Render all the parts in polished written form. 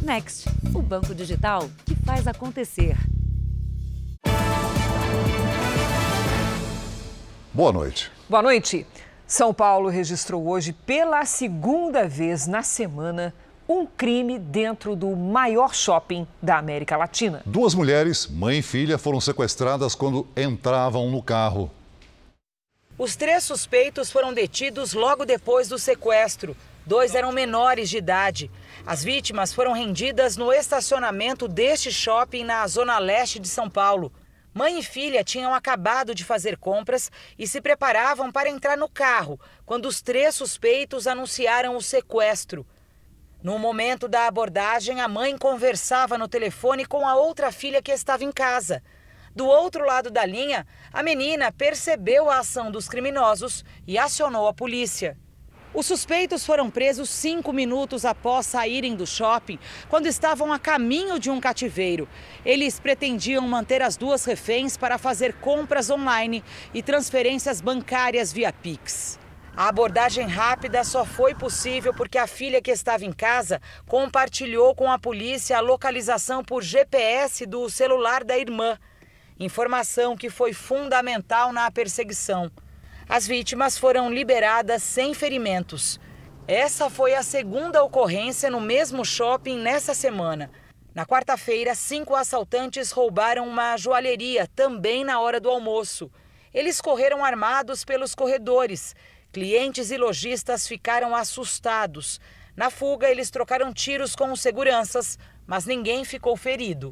Next, o banco digital que faz acontecer. Boa noite. Boa noite. São Paulo registrou hoje, pela segunda vez na semana, um crime dentro do maior shopping da América Latina. 2 mulheres, mãe e filha, foram sequestradas quando entravam no carro. Os 3 suspeitos foram detidos logo depois do sequestro. 2 eram menores de idade. As vítimas foram rendidas no estacionamento deste shopping na zona leste de São Paulo. Mãe e filha tinham acabado de fazer compras e se preparavam para entrar no carro quando os 3 suspeitos anunciaram o sequestro. No momento da abordagem, a mãe conversava no telefone com a outra filha que estava em casa. Do outro lado da linha, a menina percebeu a ação dos criminosos e acionou a polícia. Os suspeitos foram presos 5 minutos após saírem do shopping, quando estavam a caminho de um cativeiro. Eles pretendiam manter as 2 reféns para fazer compras online e transferências bancárias via Pix. A abordagem rápida só foi possível porque a filha que estava em casa compartilhou com a polícia a localização por GPS do celular da irmã. Informação que foi fundamental na perseguição. As vítimas foram liberadas sem ferimentos. Essa foi a segunda ocorrência no mesmo shopping nessa semana. Na quarta-feira, 5 assaltantes roubaram uma joalheria também na hora do almoço. Eles correram armados pelos corredores. Clientes e lojistas ficaram assustados. Na fuga, eles trocaram tiros com os seguranças, mas ninguém ficou ferido.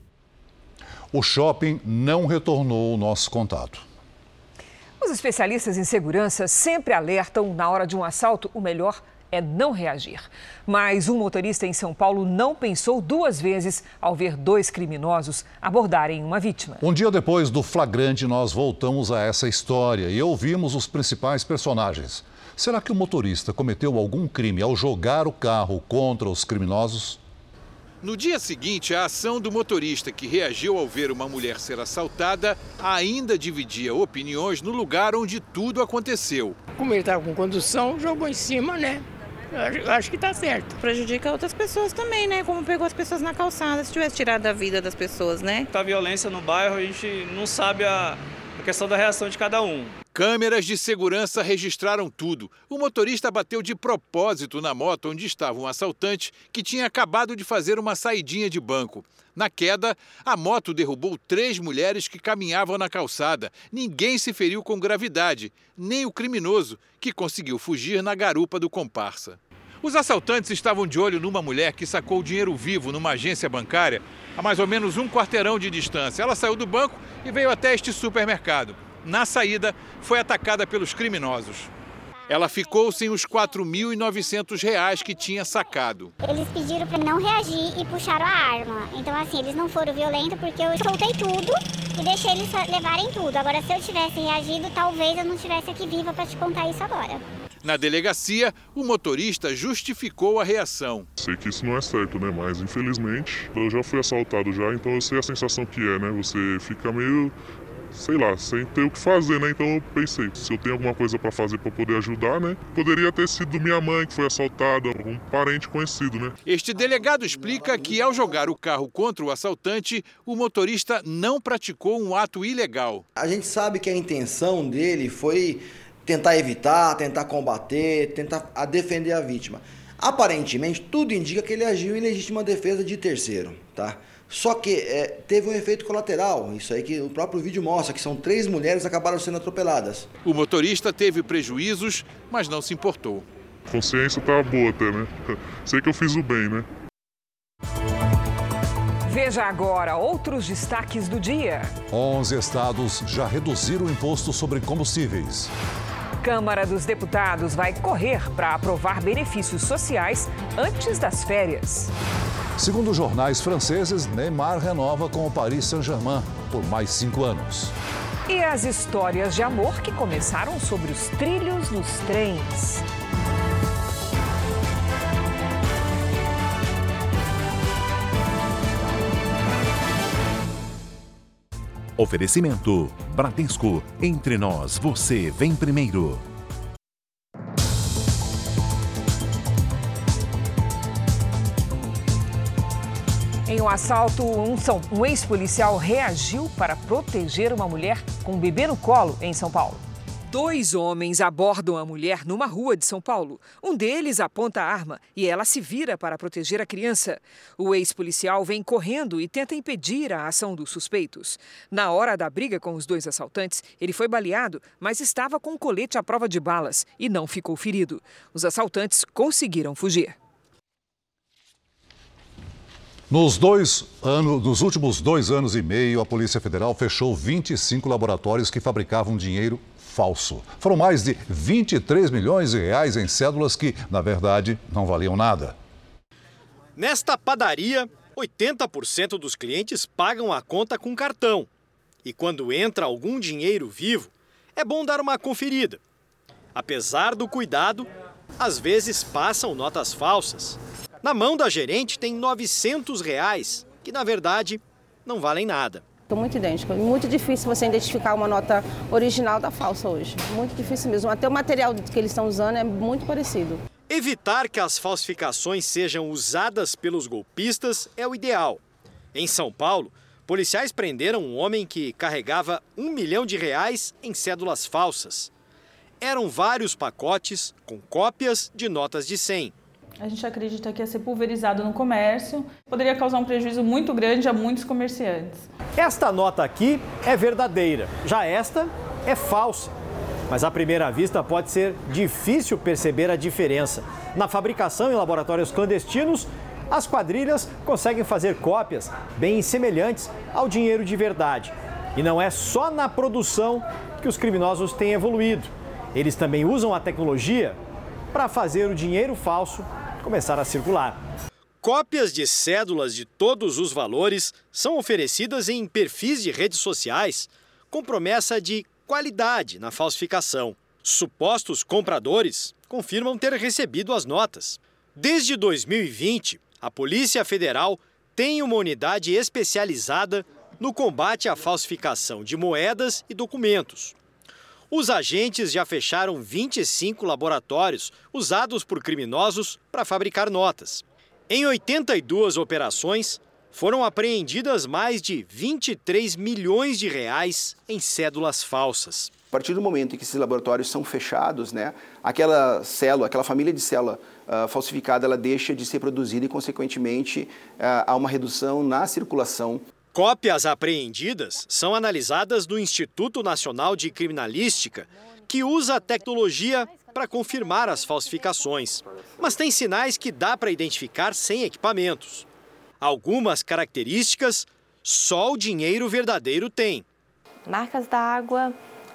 O shopping não retornou o nosso contato. Os especialistas em segurança sempre alertam na hora de um assalto, o melhor é não reagir. Mas um motorista em São Paulo não pensou 2 vezes ao ver 2 criminosos abordarem uma vítima. Um dia depois do flagrante, nós voltamos a essa história e ouvimos os principais personagens. Será que o motorista cometeu algum crime ao jogar o carro contra os criminosos? No dia seguinte, a ação do motorista que reagiu ao ver uma mulher ser assaltada ainda dividia opiniões no lugar onde tudo aconteceu. Como ele estava com condução, jogou em cima, né? Eu acho que está certo. Prejudica outras pessoas também, né? Como pegou as pessoas na calçada, se tivesse tirado a vida das pessoas, né? A violência no bairro, a gente não sabe a questão da reação de cada um. Câmeras de segurança registraram tudo. O motorista bateu de propósito na moto onde estava um assaltante que tinha acabado de fazer uma saidinha de banco. Na queda, a moto derrubou 3 mulheres que caminhavam na calçada. Ninguém se feriu com gravidade, nem o criminoso, que conseguiu fugir na garupa do comparsa. Os assaltantes estavam de olho numa mulher que sacou dinheiro vivo numa agência bancária a mais ou menos 1 quarteirão de distância. Ela saiu do banco e veio até este supermercado. Na saída, foi atacada pelos criminosos. Ela ficou sem os R$ 4.900 que tinha sacado. Eles pediram para não reagir e puxaram a arma. Então, assim, eles não foram violentos porque eu soltei tudo e deixei eles levarem tudo. Agora, se eu tivesse reagido, talvez eu não estivesse aqui viva para te contar isso agora. Na delegacia, o motorista justificou a reação. Sei que isso não é certo, né? Mas, infelizmente, eu já fui assaltado já, então eu sei a sensação que é, né? Você fica meio... sei lá, sem ter o que fazer, né? Então eu pensei, se eu tenho alguma coisa para fazer para poder ajudar, né? Poderia ter sido minha mãe que foi assaltada, um parente conhecido, né? Este delegado explica que ao jogar o carro contra o assaltante, o motorista não praticou um ato ilegal. A gente sabe que a intenção dele foi tentar evitar, tentar combater, tentar defender a vítima. Aparentemente, tudo indica que ele agiu em legítima defesa de terceiro, tá? Só que teve um efeito colateral, isso aí que o próprio vídeo mostra, que são 3 mulheres que acabaram sendo atropeladas. O motorista teve prejuízos, mas não se importou. A consciência tá boa até, né? Sei que eu fiz o bem, né? Veja agora outros destaques do dia. 11 estados já reduziram o imposto sobre combustíveis. Câmara dos Deputados vai correr para aprovar benefícios sociais antes das férias. Segundo jornais franceses, Neymar renova com o Paris Saint-Germain por mais 5 anos. E as histórias de amor que começaram sobre os trilhos dos trens. Oferecimento Bradesco. Entre nós, você vem primeiro. Em um assalto, um ex-policial reagiu para proteger uma mulher com um bebê no colo em São Paulo. 2 homens abordam a mulher numa rua de São Paulo. Um deles aponta a arma e ela se vira para proteger a criança. O ex-policial vem correndo e tenta impedir a ação dos suspeitos. Na hora da briga com os 2 assaltantes, ele foi baleado, mas estava com um colete à prova de balas e não ficou ferido. Os assaltantes conseguiram fugir. Nos últimos 2 anos e meio, a Polícia Federal fechou 25 laboratórios que fabricavam dinheiro falso. Foram mais de 23 milhões de reais em cédulas que, na verdade, não valiam nada. Nesta padaria, 80% dos clientes pagam a conta com cartão. E quando entra algum dinheiro vivo, é bom dar uma conferida. Apesar do cuidado, às vezes passam notas falsas. Na mão da gerente tem R$900, que na verdade não valem nada. É muito idêntico, é muito difícil você identificar uma nota original da falsa hoje. Muito difícil mesmo, até o material que eles estão usando é muito parecido. Evitar que as falsificações sejam usadas pelos golpistas é o ideal. Em São Paulo, policiais prenderam um homem que carregava R$1 milhão em cédulas falsas. Eram vários pacotes com cópias de notas de 100. A gente acredita que ia ser pulverizado no comércio, poderia causar um prejuízo muito grande a muitos comerciantes. Esta nota aqui é verdadeira, já esta é falsa. Mas à primeira vista pode ser difícil perceber a diferença. Na fabricação em laboratórios clandestinos, as quadrilhas conseguem fazer cópias bem semelhantes ao dinheiro de verdade. E não é só na produção que os criminosos têm evoluído. Eles também usam a tecnologia para fazer o dinheiro falso começar a circular. Cópias de cédulas de todos os valores são oferecidas em perfis de redes sociais com promessa de qualidade na falsificação. Supostos compradores confirmam ter recebido as notas. Desde 2020, a Polícia Federal tem uma unidade especializada no combate à falsificação de moedas e documentos. Os agentes já fecharam 25 laboratórios usados por criminosos para fabricar notas. Em 82 operações, foram apreendidas mais de 23 milhões de reais em cédulas falsas. A partir do momento em que esses laboratórios são fechados, aquela célula, aquela família de célula falsificada, ela deixa de ser produzida e, consequentemente, há uma redução na circulação. Cópias apreendidas são analisadas no Instituto Nacional de Criminalística, que usa a tecnologia para confirmar as falsificações. Mas tem sinais que dá para identificar sem equipamentos. Algumas características só o dinheiro verdadeiro tem. Marcas d'água,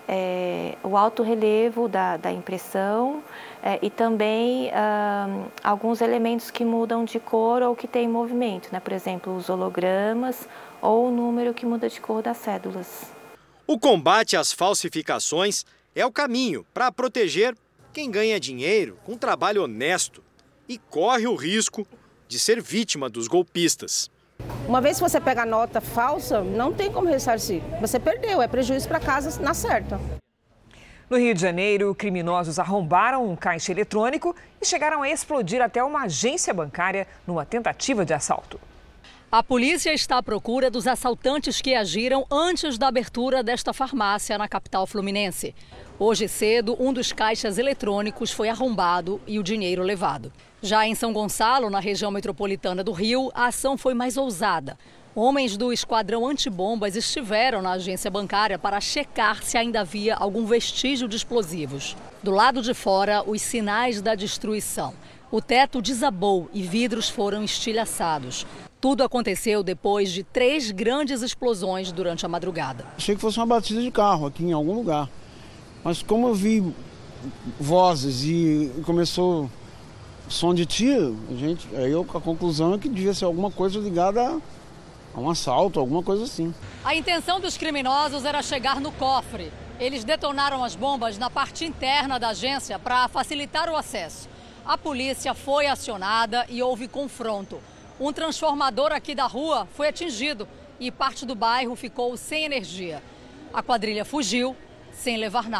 o alto relevo da impressão e também alguns elementos que mudam de cor ou que têm movimento, por exemplo, os hologramas ou o número que muda de cor das cédulas. O combate às falsificações é o caminho para proteger quem ganha dinheiro com trabalho honesto e corre o risco de ser vítima dos golpistas. Uma vez que você pega a nota falsa, não tem como ressarcir. Você perdeu, é prejuízo para casa na certa. No Rio de Janeiro, criminosos arrombaram um caixa eletrônico e chegaram a explodir até uma agência bancária numa tentativa de assalto. A polícia está à procura dos assaltantes que agiram antes da abertura desta farmácia na capital fluminense. Hoje cedo, um dos caixas eletrônicos foi arrombado e o dinheiro levado. Já em São Gonçalo, na região metropolitana do Rio, a ação foi mais ousada. Homens do esquadrão antibombas estiveram na agência bancária para checar se ainda havia algum vestígio de explosivos. Do lado de fora, os sinais da destruição. O teto desabou e vidros foram estilhaçados. Tudo aconteceu depois de 3 grandes explosões durante a madrugada. Achei que fosse uma batida de carro aqui em algum lugar. Mas como eu vi vozes e começou som de tiro, aí a conclusão é que devia ser alguma coisa ligada a um assalto, alguma coisa assim. A intenção dos criminosos era chegar no cofre. Eles detonaram as bombas na parte interna da agência para facilitar o acesso. A polícia foi acionada e houve confronto. Um transformador aqui da rua foi atingido e parte do bairro ficou sem energia. A quadrilha fugiu sem levar nada.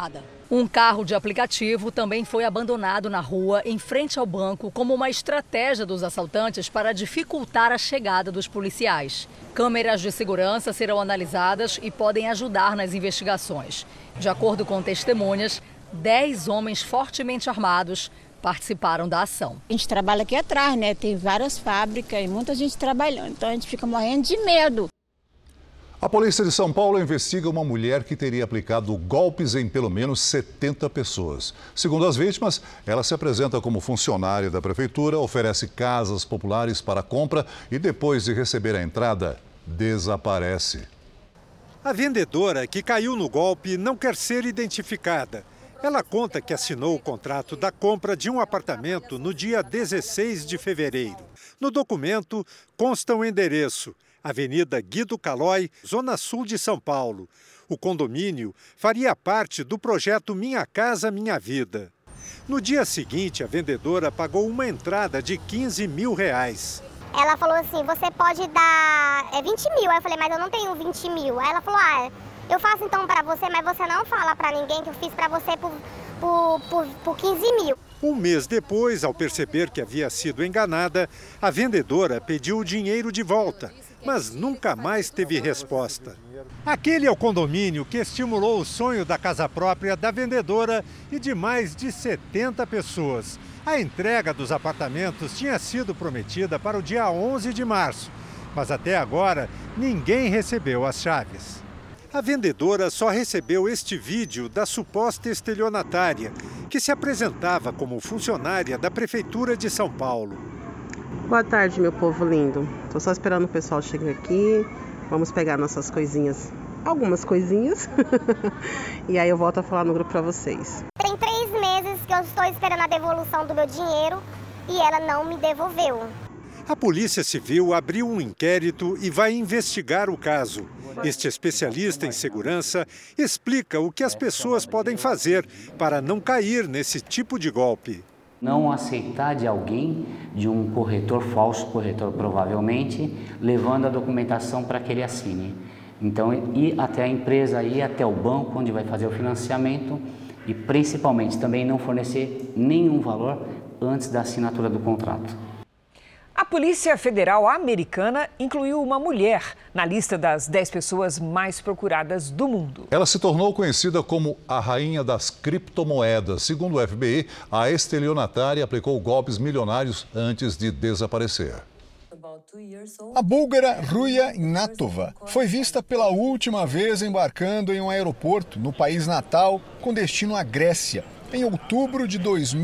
Um carro de aplicativo também foi abandonado na rua, em frente ao banco, como uma estratégia dos assaltantes para dificultar a chegada dos policiais. Câmeras de segurança serão analisadas e podem ajudar nas investigações. De acordo com testemunhas, 10 homens fortemente armados participaram da ação. A gente trabalha aqui atrás, né? Tem várias fábricas e muita gente trabalhando, então a gente fica morrendo de medo. A polícia de São Paulo investiga uma mulher que teria aplicado golpes em pelo menos 70 pessoas. Segundo as vítimas, ela se apresenta como funcionária da prefeitura, oferece casas populares para compra e depois de receber a entrada, desaparece. A vendedora que caiu no golpe não quer ser identificada. Ela conta que assinou o contrato da compra de um apartamento no dia 16 de fevereiro. No documento consta o endereço: Avenida Guido Calói, Zona Sul de São Paulo. O condomínio faria parte do projeto Minha Casa Minha Vida. No dia seguinte, a vendedora pagou uma entrada de R$15 mil. Ela falou assim, você pode dar 20 mil. Aí eu falei, mas eu não tenho 20 mil. Aí ela falou, eu faço então para você, mas você não fala para ninguém que eu fiz para você por 15 mil. Um mês depois, ao perceber que havia sido enganada, a vendedora pediu o dinheiro de volta, mas nunca mais teve resposta. Aquele é o condomínio que estimulou o sonho da casa própria da vendedora e de mais de 70 pessoas. A entrega dos apartamentos tinha sido prometida para o dia 11 de março, mas até agora ninguém recebeu as chaves. A vendedora só recebeu este vídeo da suposta estelionatária, que se apresentava como funcionária da Prefeitura de São Paulo. Boa tarde, meu povo lindo. Estou só esperando o pessoal chegar aqui. Vamos pegar nossas coisinhas, algumas coisinhas, e aí eu volto a falar no grupo para vocês. Tem 3 meses que eu estou esperando a devolução do meu dinheiro e ela não me devolveu. A Polícia Civil abriu um inquérito e vai investigar o caso. Este especialista em segurança explica o que as pessoas podem fazer para não cair nesse tipo de golpe. Não aceitar de alguém, de um corretor, falso corretor provavelmente, levando a documentação para que ele assine. Então, ir até a empresa, ir até o banco onde vai fazer o financiamento e, principalmente, também não fornecer nenhum valor antes da assinatura do contrato. A Polícia Federal Americana incluiu uma mulher na lista das 10 pessoas mais procuradas do mundo. Ela se tornou conhecida como a rainha das criptomoedas. Segundo o FBI, a estelionatária aplicou golpes milionários antes de desaparecer. A búlgara Ruia Ignatova foi vista pela última vez embarcando em um aeroporto no país natal com destino à Grécia, em outubro de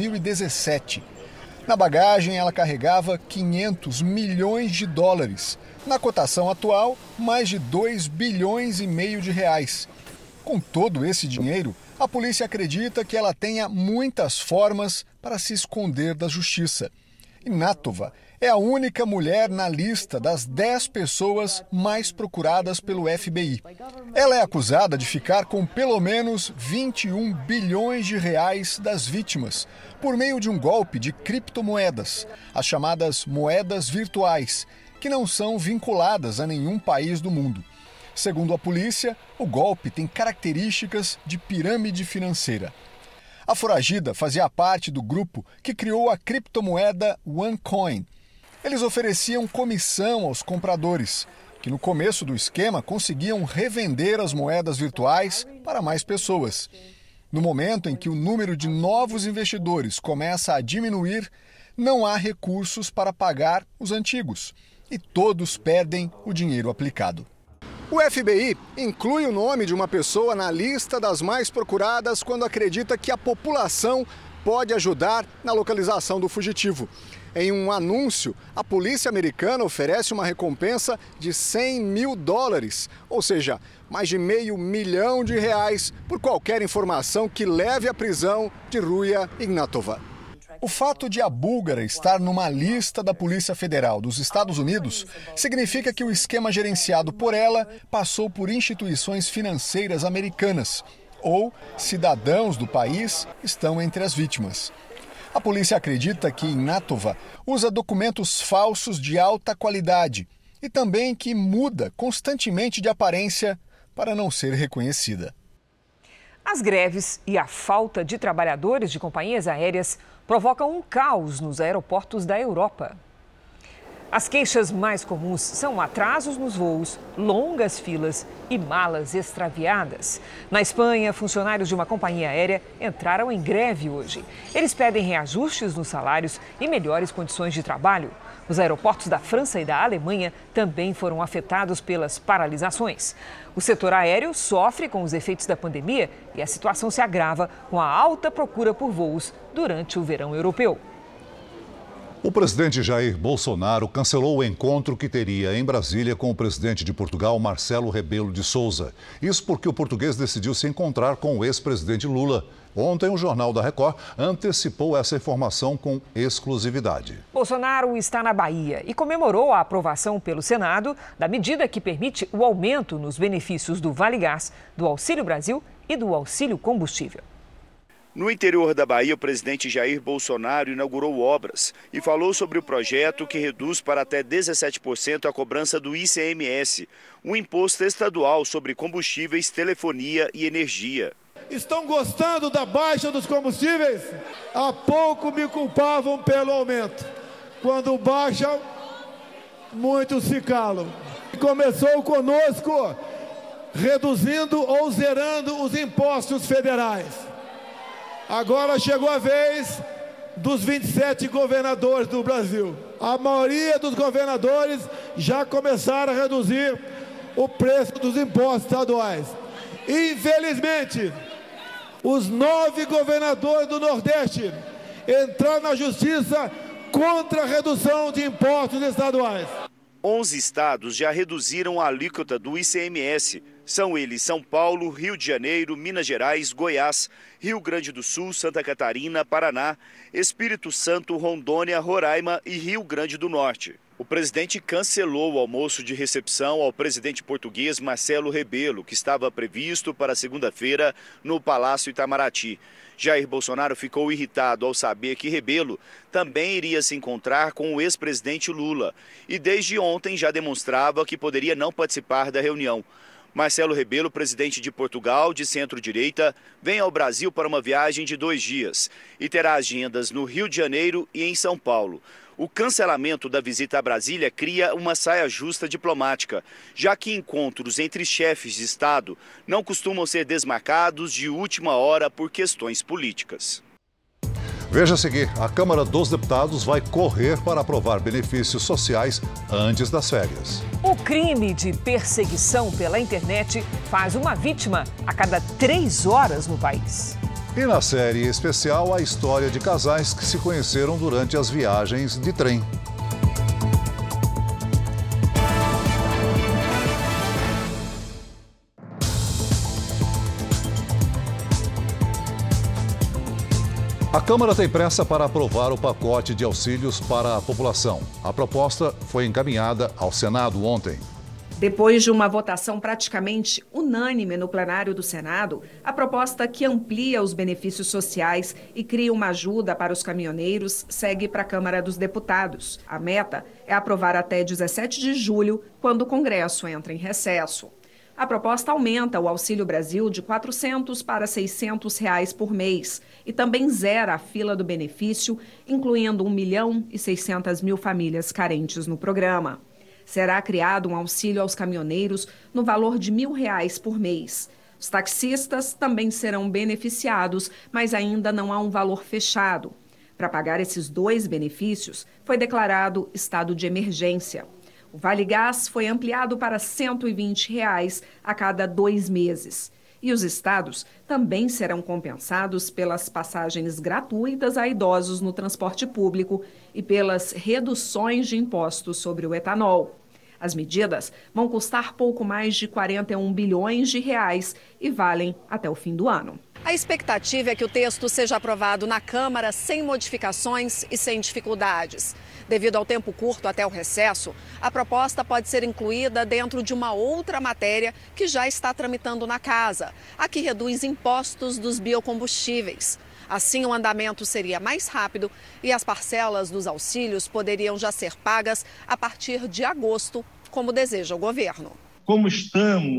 2017. Na bagagem, ela carregava 500 milhões de dólares. Na cotação atual, mais de 2 bilhões e meio de reais. Com todo esse dinheiro, a polícia acredita que ela tenha muitas formas para se esconder da justiça. Ignatova é a única mulher na lista das 10 pessoas mais procuradas pelo FBI. Ela é acusada de ficar com pelo menos 21 bilhões de reais das vítimas, por meio de um golpe de criptomoedas, as chamadas moedas virtuais, que não são vinculadas a nenhum país do mundo. Segundo a polícia, o golpe tem características de pirâmide financeira. A foragida fazia parte do grupo que criou a criptomoeda OneCoin. Eles ofereciam comissão aos compradores, que no começo do esquema conseguiam revender as moedas virtuais para mais pessoas. No momento em que o número de novos investidores começa a diminuir, não há recursos para pagar os antigos e todos perdem o dinheiro aplicado. O FBI inclui o nome de uma pessoa na lista das mais procuradas quando acredita que a população pode ajudar na localização do fugitivo. Em um anúncio, a polícia americana oferece uma recompensa de $100 mil, ou seja, mais de R$500 milhão por qualquer informação que leve à prisão de Ruia Ignatova. O fato de a búlgara estar numa lista da Polícia Federal dos Estados Unidos significa que o esquema gerenciado por ela passou por instituições financeiras americanas, ou cidadãos do país estão entre as vítimas. A polícia acredita que Ignatova usa documentos falsos de alta qualidade e também que muda constantemente de aparência para não ser reconhecida. A As greves e a falta de trabalhadores de companhias aéreas provocam um caos nos aeroportos da Europa. As queixas mais comuns são atrasos nos voos, longas filas e malas extraviadas. Na Espanha, funcionários de uma companhia aérea entraram em greve hoje. Eles pedem reajustes nos salários e melhores condições de trabalho. Os aeroportos da França e da Alemanha também foram afetados pelas paralisações. O setor aéreo sofre com os efeitos da pandemia e a situação se agrava com a alta procura por voos durante o verão europeu. O presidente Jair Bolsonaro cancelou o encontro que teria em Brasília com o presidente de Portugal, Marcelo Rebelo de Sousa. Isso porque o português decidiu se encontrar com o ex-presidente Lula. Ontem, o Jornal da Record antecipou essa informação com exclusividade. Bolsonaro está na Bahia e comemorou a aprovação pelo Senado da medida que permite o aumento nos benefícios do Vale Gás, do Auxílio Brasil e do Auxílio Combustível. No interior da Bahia, o presidente Jair Bolsonaro inaugurou obras e falou sobre o projeto que reduz para até 17% a cobrança do ICMS, um imposto estadual sobre combustíveis, telefonia e energia. Estão gostando da baixa dos combustíveis? Há pouco me culpavam pelo aumento. Quando baixam, muitos se calam. Começou conosco reduzindo ou zerando os impostos federais. Agora chegou a vez dos 27 governadores do Brasil. A maioria dos governadores já começaram a reduzir o preço dos impostos estaduais. Infelizmente, os 9 governadores do Nordeste entraram na justiça contra a redução de impostos estaduais. 11 estados já reduziram a alíquota do ICMS. São eles São Paulo, Rio de Janeiro, Minas Gerais, Goiás, Rio Grande do Sul, Santa Catarina, Paraná, Espírito Santo, Rondônia, Roraima e Rio Grande do Norte. O presidente cancelou o almoço de recepção ao presidente português Marcelo Rebelo, que estava previsto para segunda-feira no Palácio Itamaraty. Jair Bolsonaro ficou irritado ao saber que Rebelo também iria se encontrar com o ex-presidente Lula e desde ontem já demonstrava que poderia não participar da reunião. Marcelo Rebelo, presidente de Portugal, de centro-direita, vem ao Brasil para uma viagem de 2 dias e terá agendas no Rio de Janeiro e em São Paulo. O cancelamento da visita a Brasília cria uma saia justa diplomática, já que encontros entre chefes de Estado não costumam ser desmarcados de última hora por questões políticas. Veja a seguir, a Câmara dos Deputados vai correr para aprovar benefícios sociais antes das férias. O crime de perseguição pela internet faz uma vítima a cada 3 horas no país. E na série especial, a história de casais que se conheceram durante as viagens de trem. A Câmara tem pressa para aprovar o pacote de auxílios para a população. A proposta foi encaminhada ao Senado ontem. Depois de uma votação praticamente unânime no plenário do Senado, a proposta que amplia os benefícios sociais e cria uma ajuda para os caminhoneiros segue para a Câmara dos Deputados. A meta é aprovar até 17 de julho, quando o Congresso entra em recesso. A proposta aumenta o Auxílio Brasil de R$ 400 para R$ 600 por mês e também zera a fila do benefício, incluindo 1.600.000 famílias carentes no programa. Será criado um auxílio aos caminhoneiros no valor de R$ 1.000 por mês. Os taxistas também serão beneficiados, mas ainda não há um valor fechado. Para pagar esses 2 benefícios, foi declarado estado de emergência. O Vale Gás foi ampliado para R$ 120 a cada 2 meses. E os estados também serão compensados pelas passagens gratuitas a idosos no transporte público e pelas reduções de impostos sobre o etanol. As medidas vão custar pouco mais de 41 bilhões de reais e valem até o fim do ano. A expectativa é que o texto seja aprovado na Câmara sem modificações e sem dificuldades. Devido ao tempo curto até o recesso, a proposta pode ser incluída dentro de uma outra matéria que já está tramitando na Casa, a que reduz impostos dos biocombustíveis. Assim, o andamento seria mais rápido e as parcelas dos auxílios poderiam já ser pagas a partir de agosto, como deseja o governo. Como estamos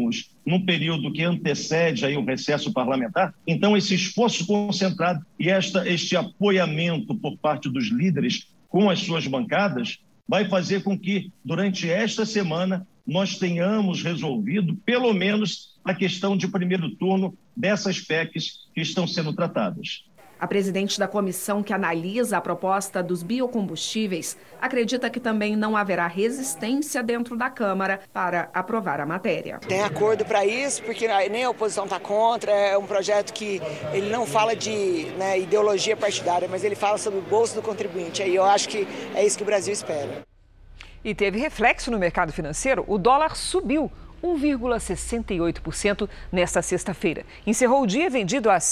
num período que antecede aí o recesso parlamentar. Então, esse esforço concentrado e este apoiamento por parte dos líderes com as suas bancadas vai fazer com que, durante esta semana, nós tenhamos resolvido, pelo menos, a questão de primeiro turno dessas PECs que estão sendo tratadas. A presidente da comissão que analisa a proposta dos biocombustíveis acredita que também não haverá resistência dentro da Câmara para aprovar a matéria. Tem acordo para isso, porque nem a oposição está contra, é um projeto que ele não fala de ideologia partidária, mas ele fala sobre o bolso do contribuinte. Aí eu acho que é isso que o Brasil espera. E teve reflexo no mercado financeiro, o dólar subiu 1,68% nesta sexta-feira. Encerrou o dia vendido a R$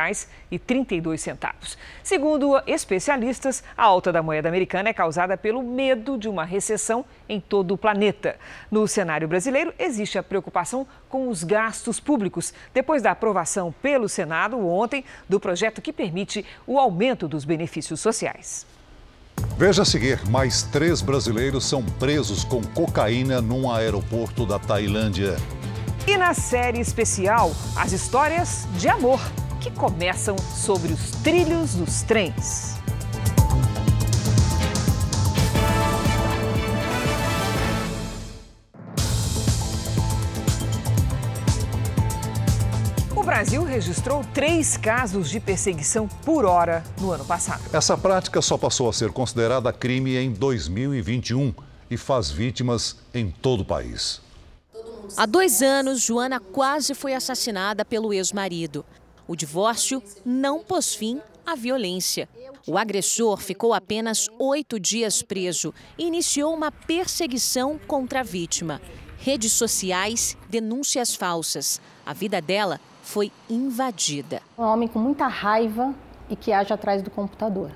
5,32. Segundo especialistas, a alta da moeda americana é causada pelo medo de uma recessão em todo o planeta. No cenário brasileiro, existe a preocupação com os gastos públicos, depois da aprovação pelo Senado ontem do projeto que permite o aumento dos benefícios sociais. Veja a seguir, mais 3 brasileiros são presos com cocaína num aeroporto da Tailândia. E na série especial, as histórias de amor que começam sobre os trilhos dos trens. O Brasil registrou 3 casos de perseguição por hora no ano passado. Essa prática só passou a ser considerada crime em 2021 e faz vítimas em todo o país. Há 2 anos, Joana quase foi assassinada pelo ex-marido. O divórcio não pôs fim à violência. O agressor ficou apenas 8 dias preso e iniciou uma perseguição contra a vítima. Redes sociais, denúncias falsas. A vida dela foi invadida. Um homem com muita raiva e que age atrás do computador.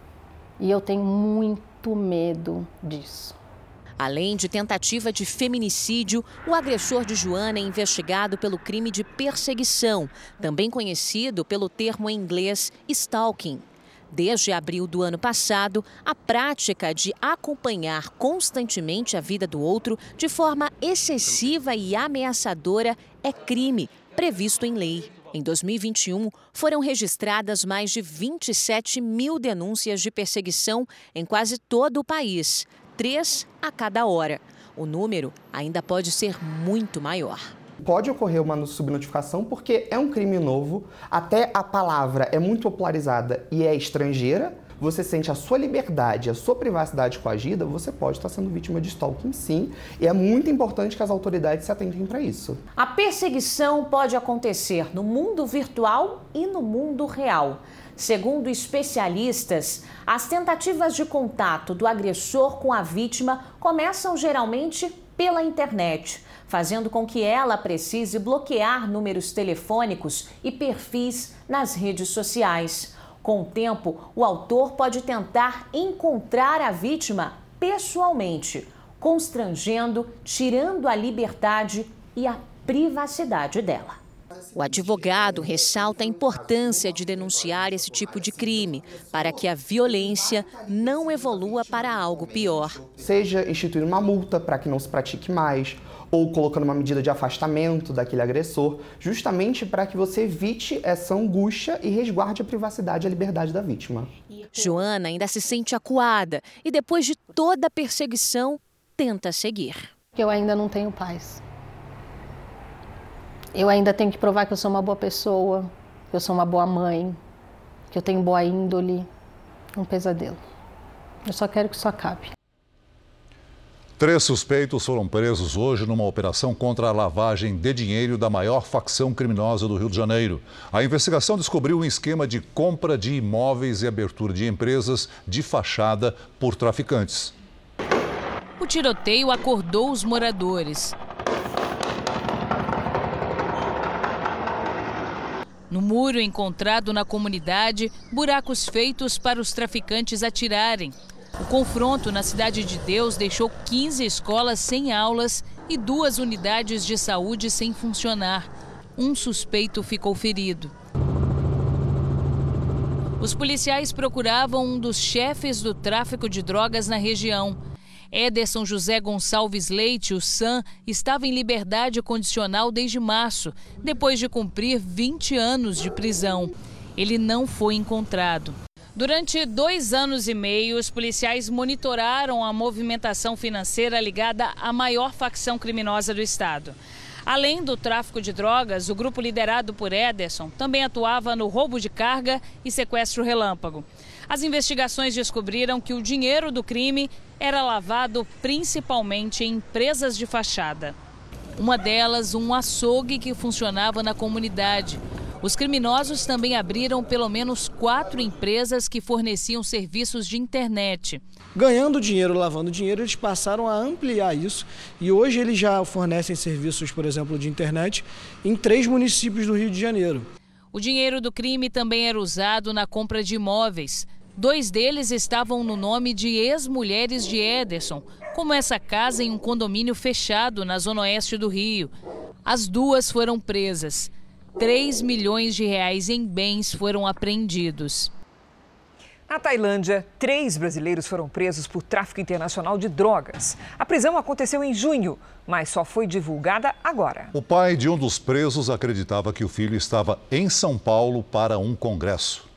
E eu tenho muito medo disso. Além de tentativa de feminicídio, o agressor de Joana é investigado pelo crime de perseguição, também conhecido pelo termo em inglês stalking. Desde abril do ano passado, a prática de acompanhar constantemente a vida do outro de forma excessiva e ameaçadora é crime, previsto em lei. Em 2021, foram registradas mais de 27 mil denúncias de perseguição em quase todo o país, 3 a cada hora. O número ainda pode ser muito maior. Pode ocorrer uma subnotificação porque é um crime novo, até a palavra é muito popularizada e é estrangeira. Você sente a sua liberdade, a sua privacidade coagida, você pode estar sendo vítima de stalking, sim. E é muito importante que as autoridades se atentem para isso. A perseguição pode acontecer no mundo virtual e no mundo real. Segundo especialistas, as tentativas de contato do agressor com a vítima começam geralmente pela internet, fazendo com que ela precise bloquear números telefônicos e perfis nas redes sociais. Com o tempo, o autor pode tentar encontrar a vítima pessoalmente, constrangendo, tirando a liberdade e a privacidade dela. O advogado ressalta a importância de denunciar esse tipo de crime para que a violência não evolua para algo pior. Seja instituindo uma multa para que não se pratique mais, ou colocando uma medida de afastamento daquele agressor, justamente para que você evite essa angústia e resguarde a privacidade e a liberdade da vítima. Joana ainda se sente acuada e, depois de toda a perseguição, tenta seguir. Eu ainda não tenho paz. Eu ainda tenho que provar que eu sou uma boa pessoa, que eu sou uma boa mãe, que eu tenho boa índole. Um pesadelo. Eu só quero que isso acabe. 3 suspeitos foram presos hoje numa operação contra a lavagem de dinheiro da maior facção criminosa do Rio de Janeiro. A investigação descobriu um esquema de compra de imóveis e abertura de empresas de fachada por traficantes. O tiroteio acordou os moradores. No muro encontrado na comunidade, buracos feitos para os traficantes atirarem. O confronto na Cidade de Deus deixou 15 escolas sem aulas e 2 unidades de saúde sem funcionar. Um suspeito ficou ferido. Os policiais procuravam um dos chefes do tráfico de drogas na região. Ederson José Gonçalves Leite, o Sam, estava em liberdade condicional desde março, depois de cumprir 20 anos de prisão. Ele não foi encontrado. Durante 2 anos e meio, os policiais monitoraram a movimentação financeira ligada à maior facção criminosa do estado. Além do tráfico de drogas, o grupo liderado por Ederson também atuava no roubo de carga e sequestro relâmpago. As investigações descobriram que o dinheiro do crime era lavado principalmente em empresas de fachada. Uma delas, um açougue que funcionava na comunidade. Os criminosos também abriram pelo menos 4 empresas que forneciam serviços de internet. Ganhando dinheiro, lavando dinheiro, eles passaram a ampliar isso e hoje eles já fornecem serviços, por exemplo, de internet em 3 municípios do Rio de Janeiro. O dinheiro do crime também era usado na compra de imóveis. 2 deles estavam no nome de ex-mulheres de Ederson, como essa casa em um condomínio fechado na zona oeste do Rio. As 2 foram presas. 3 milhões de reais em bens foram apreendidos. Na Tailândia, 3 brasileiros foram presos por tráfico internacional de drogas. A prisão aconteceu em junho, mas só foi divulgada agora. O pai de um dos presos acreditava que o filho estava em São Paulo para um congresso.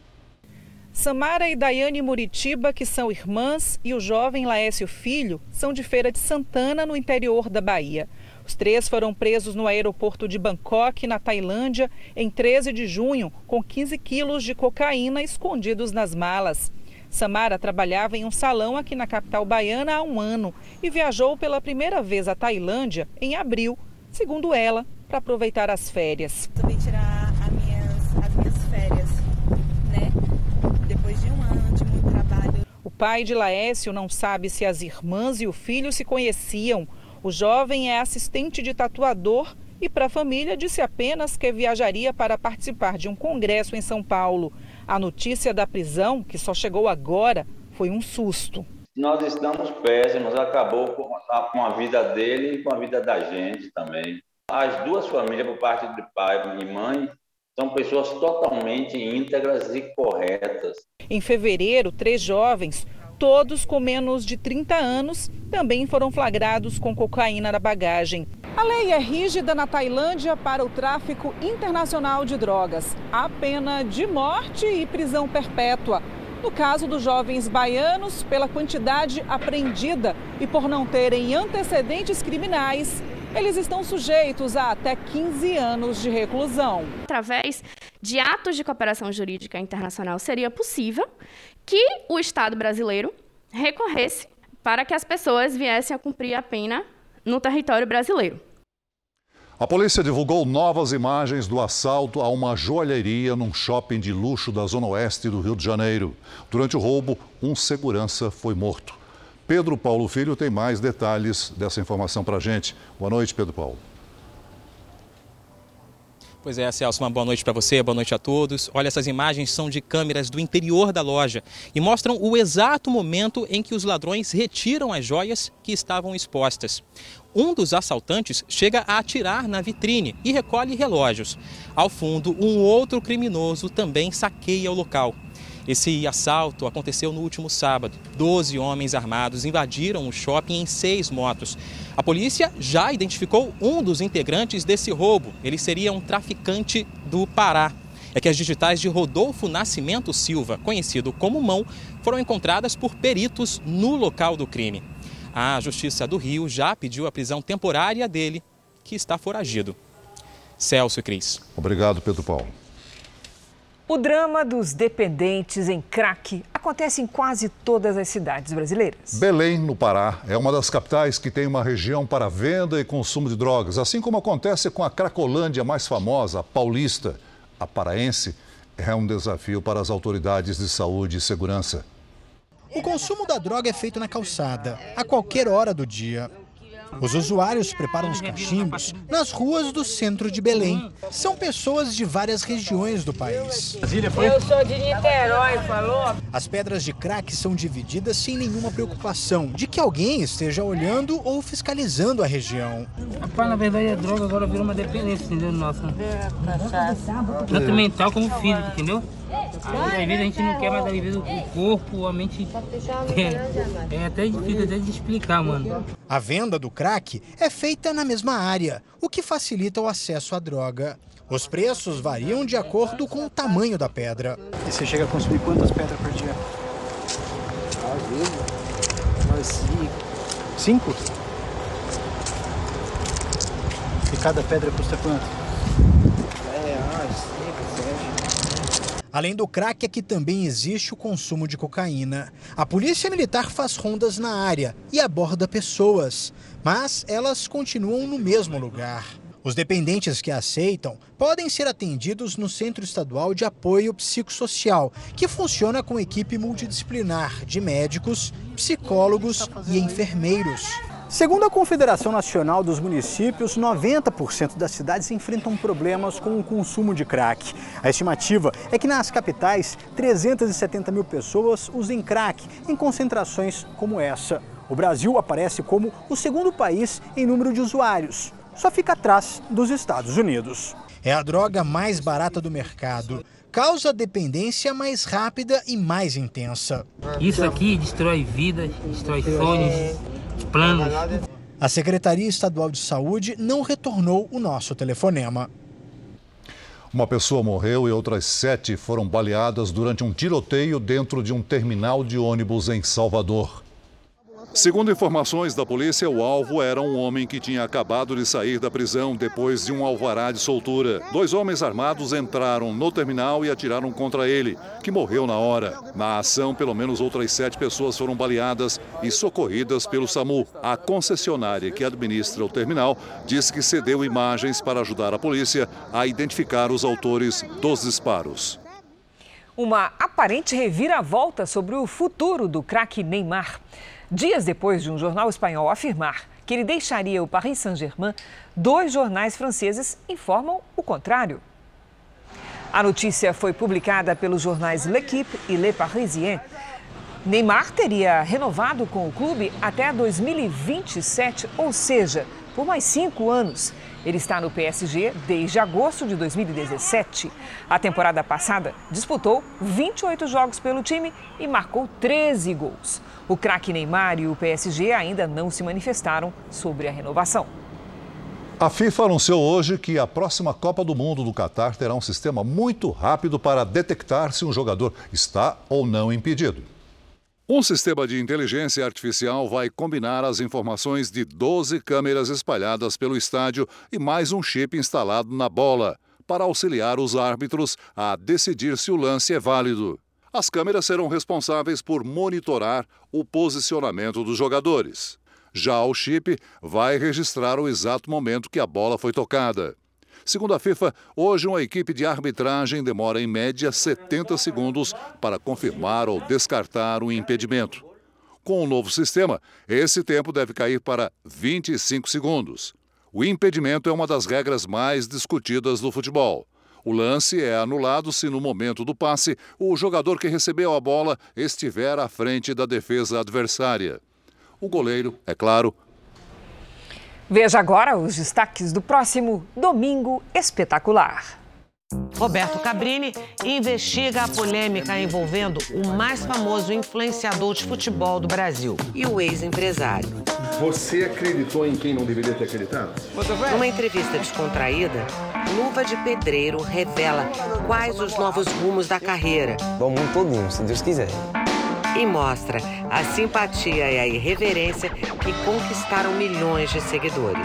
Samara e Daiane Muritiba, que são irmãs, e o jovem Laécio Filho, são de Feira de Santana, no interior da Bahia. Os 3 foram presos no aeroporto de Bangkok, na Tailândia, em 13 de junho, com 15 quilos de cocaína escondidos nas malas. Samara trabalhava em um salão aqui na capital baiana há 1 ano e viajou pela primeira vez à Tailândia em abril, segundo ela, para aproveitar as férias. Eu vim tirar as minhas férias, né? Depois de 1 ano de muito trabalho. O pai de Laécio não sabe se as irmãs e o filho se conheciam. O jovem é assistente de tatuador e, para a família, disse apenas que viajaria para participar de um congresso em São Paulo. A notícia da prisão, que só chegou agora, foi um susto. Nós estamos péssimos, acabou com a vida dele e com a vida da gente também. As 2 famílias, por parte de pai e mãe, são pessoas totalmente íntegras e corretas. Em fevereiro, 3 jovens, todos com menos de 30 anos, também foram flagrados com cocaína na bagagem. A lei é rígida na Tailândia para o tráfico internacional de drogas. Há pena de morte e prisão perpétua. No caso dos jovens baianos, pela quantidade apreendida e por não terem antecedentes criminais, eles estão sujeitos a até 15 anos de reclusão. Através de atos de cooperação jurídica internacional, seria possível que o Estado brasileiro recorresse para que as pessoas viessem a cumprir a pena no território brasileiro. A polícia divulgou novas imagens do assalto a uma joalheria num shopping de luxo da zona oeste do Rio de Janeiro. Durante o roubo, um segurança foi morto. Pedro Paulo Filho tem mais detalhes dessa informação para a gente. Boa noite, Pedro Paulo. Pois é, Celso, uma boa noite para você, boa noite a todos. Olha, essas imagens são de câmeras do interior da loja e mostram o exato momento em que os ladrões retiram as joias que estavam expostas. Um dos assaltantes chega a atirar na vitrine e recolhe relógios. Ao fundo, um outro criminoso também saqueia o local. Esse assalto aconteceu no último sábado. 12 homens armados invadiram o shopping em 6 motos. A polícia já identificou um dos integrantes desse roubo. Ele seria um traficante do Pará. É que as digitais de Rodolfo Nascimento Silva, conhecido como Mão, foram encontradas por peritos no local do crime. A Justiça do Rio já pediu a prisão temporária dele, que está foragido. Celso e Cris. Obrigado, Pedro Paulo. O drama dos dependentes em crack acontece em quase todas as cidades brasileiras. Belém, no Pará, é uma das capitais que tem uma região para venda e consumo de drogas, assim como acontece com a Cracolândia mais famosa, a paulista. A paraense é um desafio para as autoridades de saúde e segurança. O consumo da droga é feito na calçada, a qualquer hora do dia. Os usuários preparam os cachimbos nas ruas do centro de Belém. São pessoas de várias regiões do país. Eu sou de Niterói, falou? As pedras de crack são divididas sem nenhuma preocupação de que alguém esteja olhando ou fiscalizando a região. Rapaz, na verdade a droga agora virou uma dependência, entendeu? Nossa. Tanto mental como física, entendeu? Às vezes a gente não quer, mas às vezes o corpo, a mente... É até difícil de explicar, mano. A venda do crack é feita na mesma área, o que facilita o acesso à droga. Os preços variam de acordo com o tamanho da pedra. E você chega a consumir quantas pedras por dia? Às vezes, umas 5. E cada pedra custa quanto? R$10, 5, 7. Além do crack, aqui também existe o consumo de cocaína. A polícia militar faz rondas na área e aborda pessoas, mas elas continuam no mesmo lugar. Os dependentes que aceitam podem ser atendidos no Centro Estadual de Apoio Psicossocial, que funciona com equipe multidisciplinar de médicos, psicólogos e enfermeiros. Segundo a Confederação Nacional dos Municípios, 90% das cidades enfrentam problemas com o consumo de crack. A estimativa é que nas capitais, 370 mil pessoas usem crack em concentrações como essa. O Brasil aparece como o segundo país em número de usuários. Só fica atrás dos Estados Unidos. É a droga mais barata do mercado. Causa dependência mais rápida e mais intensa. Isso aqui destrói vidas, destrói sonhos, planos. A Secretaria Estadual de Saúde não retornou o nosso telefonema. Uma pessoa morreu e outras 7 foram baleadas durante um tiroteio dentro de um terminal de ônibus em Salvador. Segundo informações da polícia, o alvo era um homem que tinha acabado de sair da prisão depois de um alvará de soltura. 2 homens armados entraram no terminal e atiraram contra ele, que morreu na hora. Na ação, pelo menos outras 7 pessoas foram baleadas e socorridas pelo SAMU. A concessionária que administra o terminal disse que cedeu imagens para ajudar a polícia a identificar os autores dos disparos. Uma aparente reviravolta sobre o futuro do craque Neymar. Dias depois de um jornal espanhol afirmar que ele deixaria o Paris Saint-Germain, 2 jornais franceses informam o contrário. A notícia foi publicada pelos jornais L'Équipe e Le Parisien. Neymar teria renovado com o clube até 2027, ou seja, por mais 5 anos. Ele está no PSG desde agosto de 2017. A temporada passada disputou 28 jogos pelo time e marcou 13 gols. O craque Neymar e o PSG ainda não se manifestaram sobre a renovação. A FIFA anunciou hoje que a próxima Copa do Mundo do Catar terá um sistema muito rápido para detectar se um jogador está ou não impedido. Um sistema de inteligência artificial vai combinar as informações de 12 câmeras espalhadas pelo estádio e mais um chip instalado na bola, para auxiliar os árbitros a decidir se o lance é válido. As câmeras serão responsáveis por monitorar o posicionamento dos jogadores. Já o chip vai registrar o exato momento que a bola foi tocada. Segundo a FIFA, hoje uma equipe de arbitragem demora em média 70 segundos para confirmar ou descartar um impedimento. Com o novo sistema, esse tempo deve cair para 25 segundos. O impedimento é uma das regras mais discutidas do futebol. O lance é anulado se no momento do passe o jogador que recebeu a bola estiver à frente da defesa adversária. O goleiro, é claro. Veja agora os destaques do próximo Domingo Espetacular. Roberto Cabrini investiga a polêmica envolvendo o mais famoso influenciador de futebol do Brasil e o ex-empresário. Você acreditou em quem não deveria ter acreditado? Numa entrevista descontraída, Luva de Pedreiro revela quais os novos rumos da carreira. Do mundo todinho, se Deus quiser. E mostra a simpatia e a irreverência que conquistaram milhões de seguidores.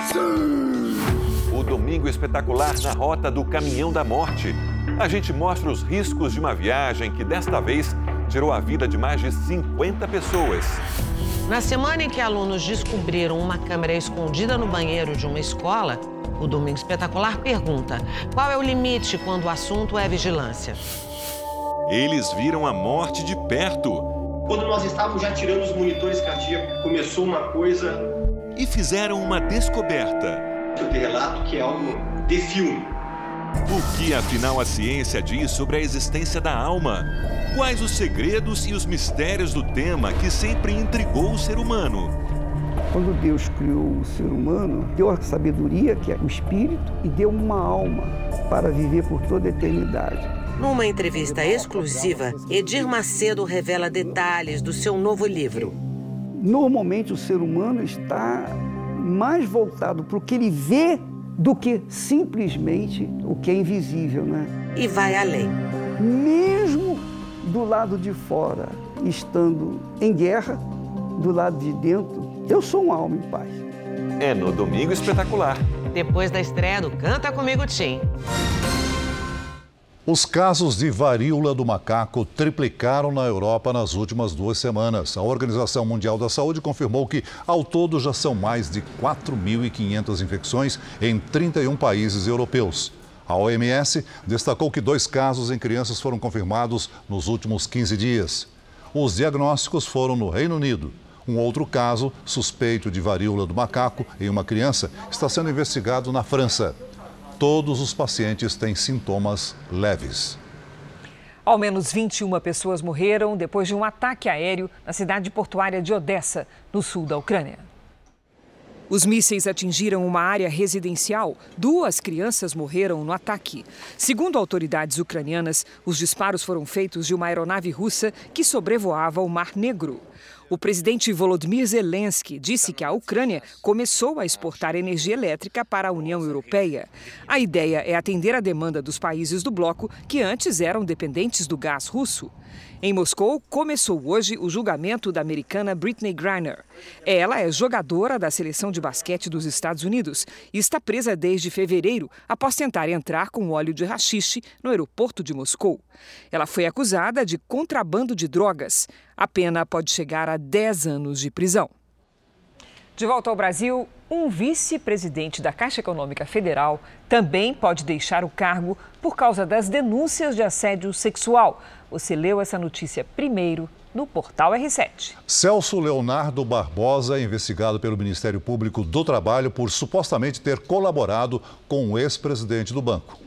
O Domingo Espetacular na rota do Caminhão da Morte. A gente mostra os riscos de uma viagem que desta vez tirou a vida de mais de 50 pessoas. Na semana em que alunos descobriram uma câmera escondida no banheiro de uma escola, o Domingo Espetacular pergunta: qual é o limite quando o assunto é vigilância? Eles viram a morte de perto. Quando nós estávamos já tirando os monitores cardíacos, começou uma coisa... E fizeram uma descoberta. Eu te relato que é algo de filme. O que afinal a ciência diz sobre a existência da alma? Quais os segredos e os mistérios do tema que sempre intrigou o ser humano? Quando Deus criou o ser humano, deu a sabedoria, que é o espírito, e deu uma alma para viver por toda a eternidade. Numa entrevista exclusiva, Edir Macedo revela detalhes do seu novo livro. Normalmente o ser humano está mais voltado para o que ele vê do que simplesmente o que é invisível, né? E vai além. Mesmo do lado de fora, estando em guerra, do lado de dentro, eu sou uma alma em paz. É no Domingo Espetacular. Depois da estreia do Canta Comigo, Tim. Os casos de varíola do macaco triplicaram na Europa nas últimas 2 semanas. A Organização Mundial da Saúde confirmou que, ao todo, já são mais de 4.500 infecções em 31 países europeus. A OMS destacou que 2 casos em crianças foram confirmados nos últimos 15 dias. Os diagnósticos foram no Reino Unido. Um outro caso, suspeito de varíola do macaco em uma criança, está sendo investigado na França. Todos os pacientes têm sintomas leves. Ao menos 21 pessoas morreram depois de um ataque aéreo na cidade portuária de Odessa, no sul da Ucrânia. Os mísseis atingiram uma área residencial. 2 crianças morreram no ataque. Segundo autoridades ucranianas, os disparos foram feitos de uma aeronave russa que sobrevoava o Mar Negro. O presidente Volodymyr Zelensky disse que a Ucrânia começou a exportar energia elétrica para a União Europeia. A ideia é atender a demanda dos países do bloco que antes eram dependentes do gás russo. Em Moscou, começou hoje o julgamento da americana Brittney Griner. Ela é jogadora da seleção de basquete dos Estados Unidos e está presa desde fevereiro após tentar entrar com óleo de haxixe no aeroporto de Moscou. Ela foi acusada de contrabando de drogas. A pena pode chegar a 10 anos de prisão. De volta ao Brasil, um vice-presidente da Caixa Econômica Federal também pode deixar o cargo por causa das denúncias de assédio sexual. Você leu essa notícia primeiro no portal R7. Celso Leonardo Barbosa é investigado pelo Ministério Público do Trabalho por supostamente ter colaborado com o ex-presidente do banco.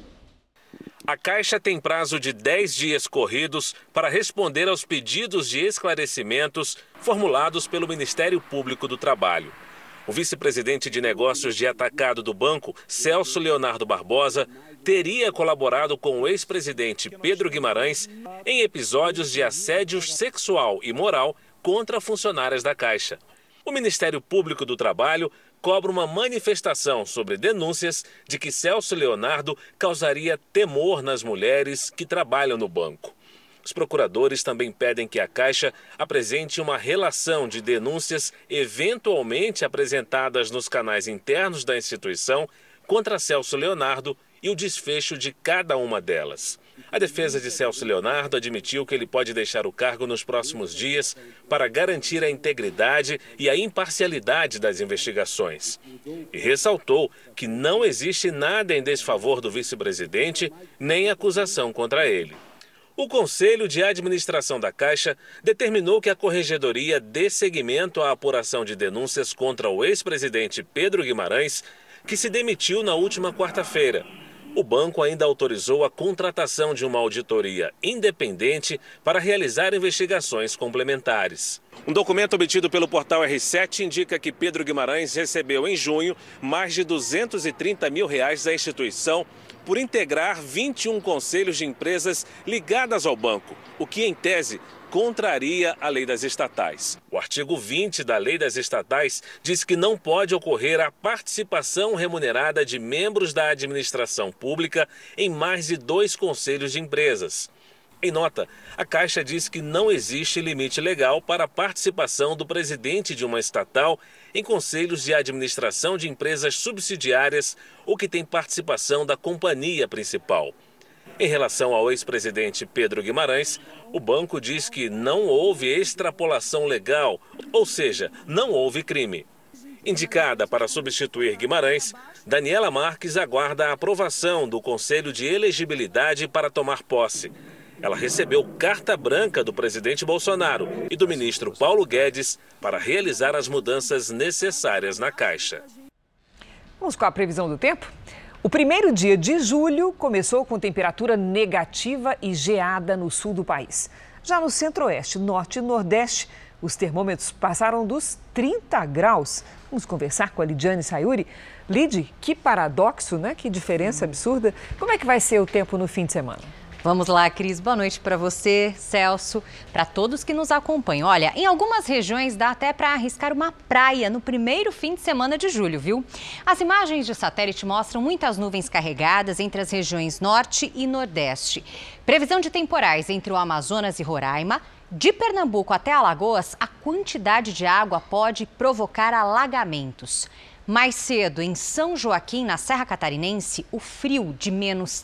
A Caixa tem prazo de 10 dias corridos para responder aos pedidos de esclarecimentos formulados pelo Ministério Público do Trabalho. O vice-presidente de negócios de atacado do banco, Celso Leonardo Barbosa, teria colaborado com o ex-presidente Pedro Guimarães em episódios de assédio sexual e moral contra funcionárias da Caixa. O Ministério Público do Trabalho cobra uma manifestação sobre denúncias de que Celso Leonardo causaria temor nas mulheres que trabalham no banco. Os procuradores também pedem que a Caixa apresente uma relação de denúncias eventualmente apresentadas nos canais internos da instituição contra Celso Leonardo e o desfecho de cada uma delas. A defesa de Celso Leonardo admitiu que ele pode deixar o cargo nos próximos dias para garantir a integridade e a imparcialidade das investigações. E ressaltou que não existe nada em desfavor do vice-presidente, nem acusação contra ele. O Conselho de Administração da Caixa determinou que a Corregedoria dê seguimento à apuração de denúncias contra o ex-presidente Pedro Guimarães, que se demitiu na última quarta-feira. O banco ainda autorizou a contratação de uma auditoria independente para realizar investigações complementares. Um documento obtido pelo portal R7 indica que Pedro Guimarães recebeu em junho mais de R$230 mil da instituição por integrar 21 conselhos de empresas ligadas ao banco, o que, em tese, contraria a lei das estatais. O artigo 20 da lei das estatais diz que não pode ocorrer a participação remunerada de membros da administração pública em mais de 2 conselhos de empresas. Em nota, a Caixa diz que não existe limite legal para a participação do presidente de uma estatal em conselhos de administração de empresas subsidiárias ou que tem participação da companhia principal. Em relação ao ex-presidente Pedro Guimarães, o banco diz que não houve extrapolação legal, ou seja, não houve crime. Indicada para substituir Guimarães, Daniela Marques aguarda a aprovação do Conselho de Elegibilidade para tomar posse. Ela recebeu carta branca do presidente Bolsonaro e do ministro Paulo Guedes para realizar as mudanças necessárias na Caixa. Vamos com a previsão do tempo? O primeiro dia de julho começou com temperatura negativa e geada no sul do país. Já no centro-oeste, norte e nordeste, os termômetros passaram dos 30 graus. Vamos conversar com a Lidiane Sayuri. Lid, que paradoxo, né? Que diferença absurda. Como é que vai ser o tempo no fim de semana? Vamos lá, Cris. Boa noite para você, Celso, para todos que nos acompanham. Olha, em algumas regiões dá até para arriscar uma praia no primeiro fim de semana de julho, viu? As imagens de satélite mostram muitas nuvens carregadas entre as regiões norte e nordeste. Previsão de temporais entre o Amazonas e Roraima. De Pernambuco até Alagoas, a quantidade de água pode provocar alagamentos. Mais cedo, em São Joaquim, na Serra Catarinense, o frio de menos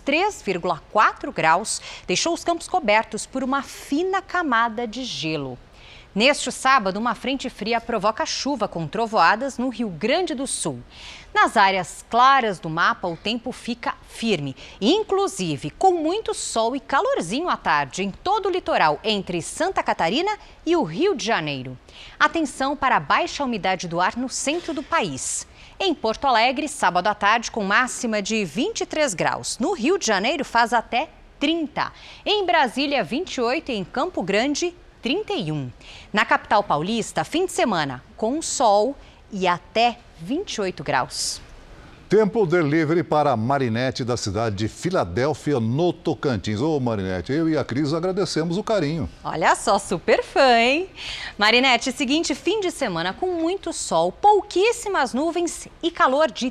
3,4 graus deixou os campos cobertos por uma fina camada de gelo. Neste sábado, uma frente fria provoca chuva com trovoadas no Rio Grande do Sul. Nas áreas claras do mapa, o tempo fica firme, inclusive com muito sol e calorzinho à tarde em todo o litoral entre Santa Catarina e o Rio de Janeiro. Atenção para a baixa umidade do ar no centro do país. Em Porto Alegre, sábado à tarde, com máxima de 23 graus. No Rio de Janeiro, faz até 30. Em Brasília, 28 e em Campo Grande, 31. Na capital paulista, fim de semana, com sol e até 28 graus. Tempo delivery para a Marinete da cidade de Filadélfia, no Tocantins. Ô, Marinete, eu e a Cris agradecemos o carinho. Olha só, super fã, hein? Marinete, seguinte fim de semana com muito sol, pouquíssimas nuvens e calor de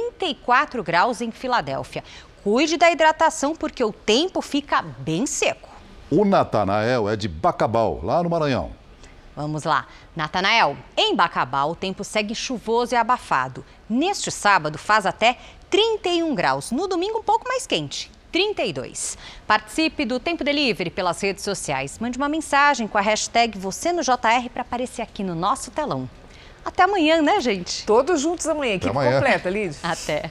34 graus em Filadélfia. Cuide da hidratação porque o tempo fica bem seco. O Natanael é de Bacabal, lá no Maranhão. Vamos lá. Natanael, em Bacabal o tempo segue chuvoso e abafado. Neste sábado faz até 31 graus. No domingo um pouco mais quente, 32. Participe do Tempo Delivery pelas redes sociais. Mande uma mensagem com a hashtag #VocêNoJR para aparecer aqui no nosso telão. Até amanhã, né, gente? Todos juntos amanhã. Equipe completa, Lídia. Até.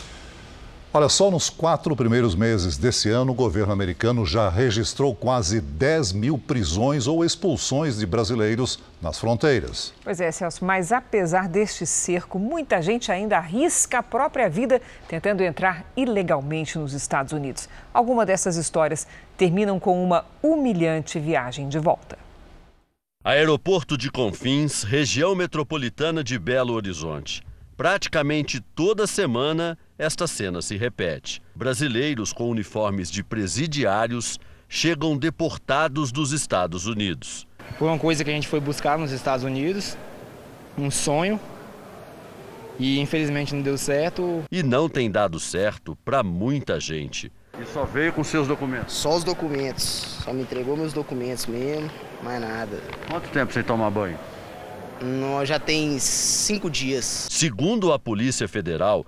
Olha, só nos 4 primeiros meses desse ano, o governo americano já registrou quase 10 mil prisões ou expulsões de brasileiros nas fronteiras. Pois é, Celso, mas apesar deste cerco, muita gente ainda arrisca a própria vida tentando entrar ilegalmente nos Estados Unidos. Algumas dessas histórias terminam com uma humilhante viagem de volta. Aeroporto de Confins, região metropolitana de Belo Horizonte. Praticamente toda semana, esta cena se repete. Brasileiros com uniformes de presidiários chegam deportados dos Estados Unidos. Foi uma coisa que a gente foi buscar nos Estados Unidos, um sonho, e infelizmente não deu certo. E não tem dado certo para muita gente. E só veio com seus documentos? Só os documentos, só me entregou meus documentos mesmo, mais nada. Quanto tempo sem tomar banho? Já tem 5 dias. Segundo a Polícia Federal,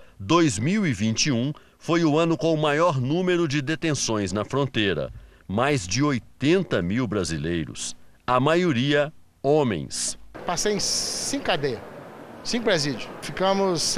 2021 foi o ano com o maior número de detenções na fronteira. Mais de 80 mil brasileiros, a maioria homens. Passei em 5 cadeias, 5 presídios. Ficamos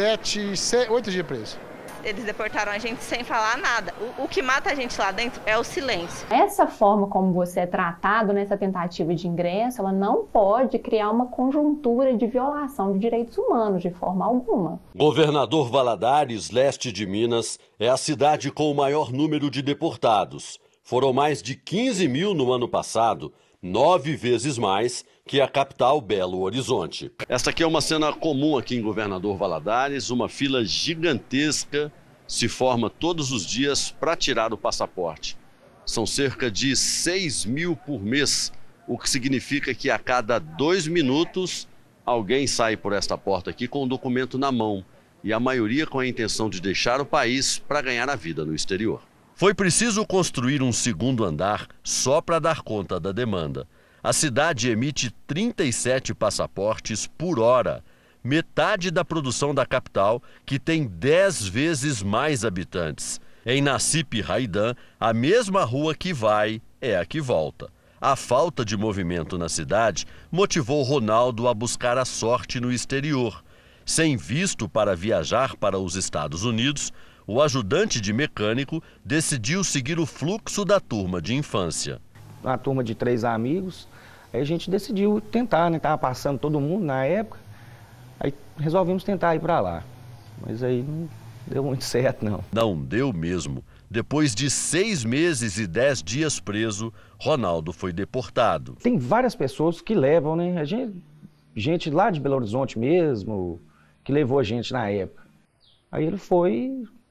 8 dias presos. Eles deportaram a gente sem falar nada. O que mata a gente lá dentro é o silêncio. Essa forma como você é tratado nessa tentativa de ingresso, ela não pode criar uma conjuntura de violação de direitos humanos de forma alguma. Governador Valadares, leste de Minas, é a cidade com o maior número de deportados. Foram mais de 15 mil no ano passado, 9 vezes mais que a capital Belo Horizonte. Esta aqui é uma cena comum aqui em Governador Valadares, uma fila gigantesca se forma todos os dias para tirar o passaporte. São cerca de 6 mil por mês, o que significa que a cada 2 minutos alguém sai por esta porta aqui com um documento na mão, e a maioria com a intenção de deixar o país para ganhar a vida no exterior. Foi preciso construir um segundo andar só para dar conta da demanda. A cidade emite 37 passaportes por hora, metade da produção da capital, que tem 10 vezes mais habitantes. Em Nassip Raidan, a mesma rua que vai é a que volta. A falta de movimento na cidade motivou Ronaldo a buscar a sorte no exterior. Sem visto para viajar para os Estados Unidos, o ajudante de mecânico decidiu seguir o fluxo da turma de infância. Uma turma de 3 amigos, aí a gente decidiu tentar, né? Tava passando todo mundo na época, aí resolvemos tentar ir para lá. Mas aí não deu muito certo, não. Não deu mesmo. Depois de 6 meses e 10 dias preso, Ronaldo foi deportado. Tem várias pessoas que levam, né? Gente lá de Belo Horizonte mesmo, que levou a gente na época. Aí ele foi,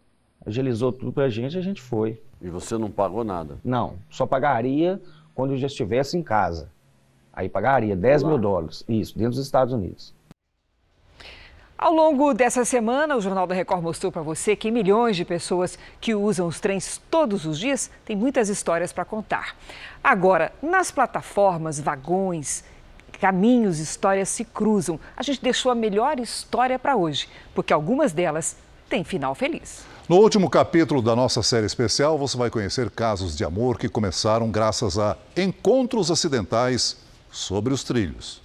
agilizou tudo pra gente, a gente foi. E você não pagou nada? Não, só pagaria quando eu já estivesse em casa. Aí pagaria $10 mil, isso, dentro dos Estados Unidos. Ao longo dessa semana, o Jornal da Record mostrou para você que milhões de pessoas que usam os trens todos os dias têm muitas histórias para contar. Agora, nas plataformas, vagões, caminhos, histórias se cruzam. A gente deixou a melhor história para hoje, porque algumas delas têm final feliz. No último capítulo da nossa série especial, você vai conhecer casos de amor que começaram graças a encontros acidentais sobre os trilhos.